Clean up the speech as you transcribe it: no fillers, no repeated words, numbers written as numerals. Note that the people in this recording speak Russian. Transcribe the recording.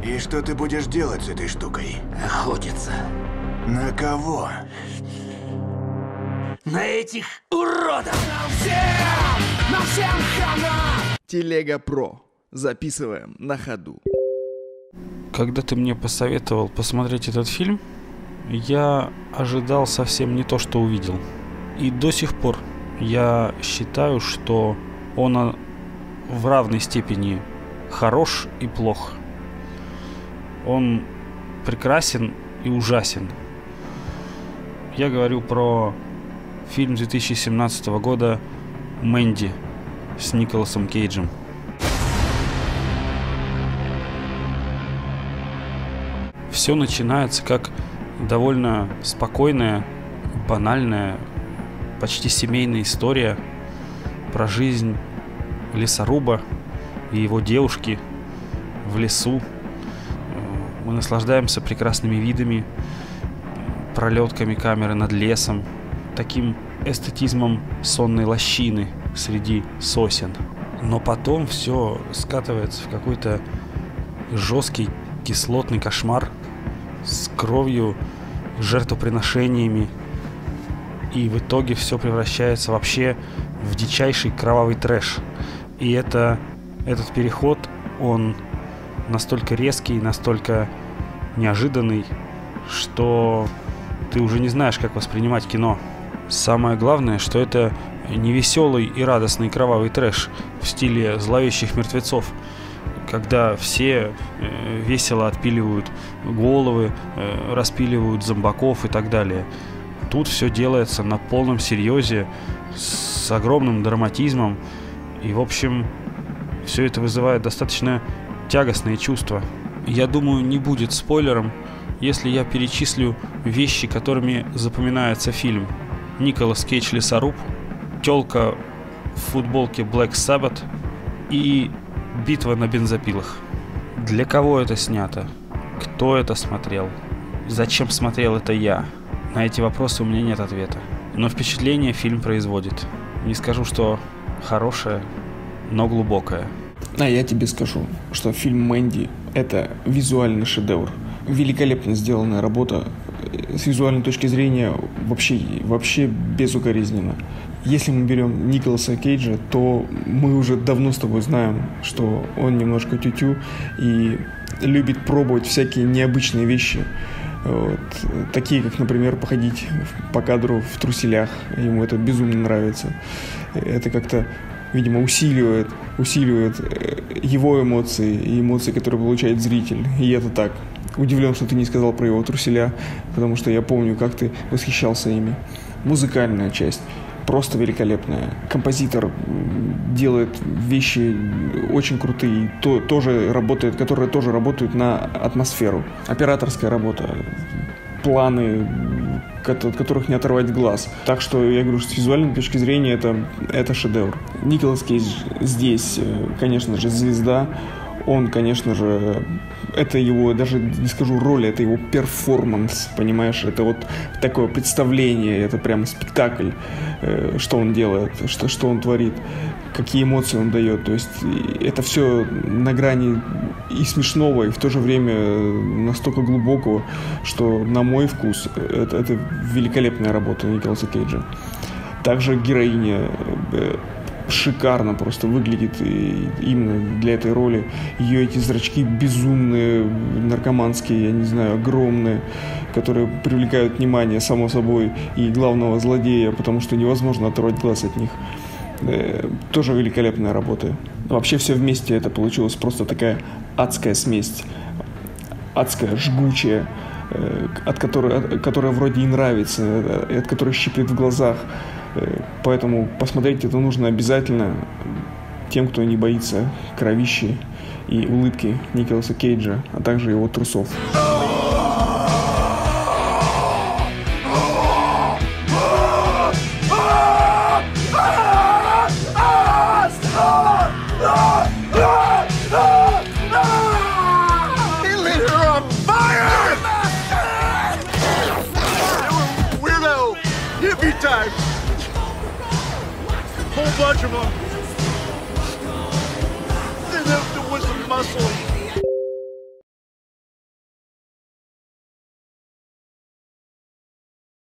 И что ты будешь делать с этой штукой? Охотиться. На кого? На этих уродов! На всем хана! Телега Про. Записываем на ходу. Когда ты мне посоветовал посмотреть этот фильм, я ожидал совсем не то, что увидел. И до сих пор я считаю, что он в равной степени хорош и плох. Он прекрасен и ужасен. Я говорю про фильм 2017 года «Мэнди» с Николасом Кейджем. Все начинается как довольно спокойная, банальная, почти семейная история про жизнь лесоруба и его девушки в лесу. Мы наслаждаемся прекрасными видами, пролетками камеры над лесом, таким эстетизмом сонной лощины среди сосен. Но потом все скатывается в какой-то жесткий кислотный кошмар с кровью, жертвоприношениями. И в итоге все превращается вообще в дичайший кровавый трэш. И этот переход, он настолько резкий, настолько неожиданный, что ты уже не знаешь, как воспринимать кино. Самое главное, что это не веселый и радостный кровавый трэш в стиле «Зловещих мертвецов», когда все весело отпиливают головы, распиливают зомбаков и так далее. Тут все делается на полном серьезе, с огромным драматизмом. И, в общем, все это вызывает достаточно тягостные чувства. Я думаю, не будет спойлером, если я перечислю вещи, которыми запоминается фильм. Николас Кейдж лесоруб, тёлка в футболке Black Sabbath и битва на бензопилах. Для кого это снято? Кто это смотрел? Зачем смотрел это я? На эти вопросы у меня нет ответа. Но впечатление фильм производит. Не скажу, что хорошее, но глубокое. А я тебе скажу, что фильм «Мэнди» — это визуальный шедевр. Великолепно сделанная работа. С визуальной точки зрения вообще безукоризненно. Если мы берем Николаса Кейджа, то мы уже давно с тобой знаем, что он немножко тю-тю и любит пробовать всякие необычные вещи. Вот. Такие, как, например, походить по кадру в труселях. Ему это безумно нравится. Это как-то, видимо, усиливает его эмоции и эмоции, которые получает зритель. И это так. Удивлен, что ты не сказал про его труселя, потому что я помню, как ты восхищался ими. Музыкальная часть просто великолепная. Композитор делает вещи очень крутые, которые тоже работают на атмосферу. Операторская работа, планы, от которых не оторвать глаз. Так что я говорю, что с визуальной точки зрения это шедевр. Николас Кейдж здесь, конечно же, звезда. Он, конечно же, это его, даже не скажу роль, это его перформанс, понимаешь? Это вот такое представление, это прямо спектакль, что он делает, что он творит, какие эмоции он дает. То есть это все на грани и смешного, и в то же время настолько глубокого, что, на мой вкус, это великолепная работа Николаса Кейджа. Также героиня шикарно просто выглядит именно для этой роли. Ее эти зрачки безумные, наркоманские, я не знаю, огромные, которые привлекают внимание, само собой, и главного злодея, потому что невозможно оторвать глаз от них. Тоже великолепная работа. Вообще все вместе это получилось просто такая адская смесь. Адская, жгучая, которая вроде и нравится, от которой щиплет в глазах. Поэтому посмотреть это нужно обязательно тем, кто не боится кровищи и улыбки Николаса Кейджа, а также его трусов. Whole bunch of them. There was some muscle.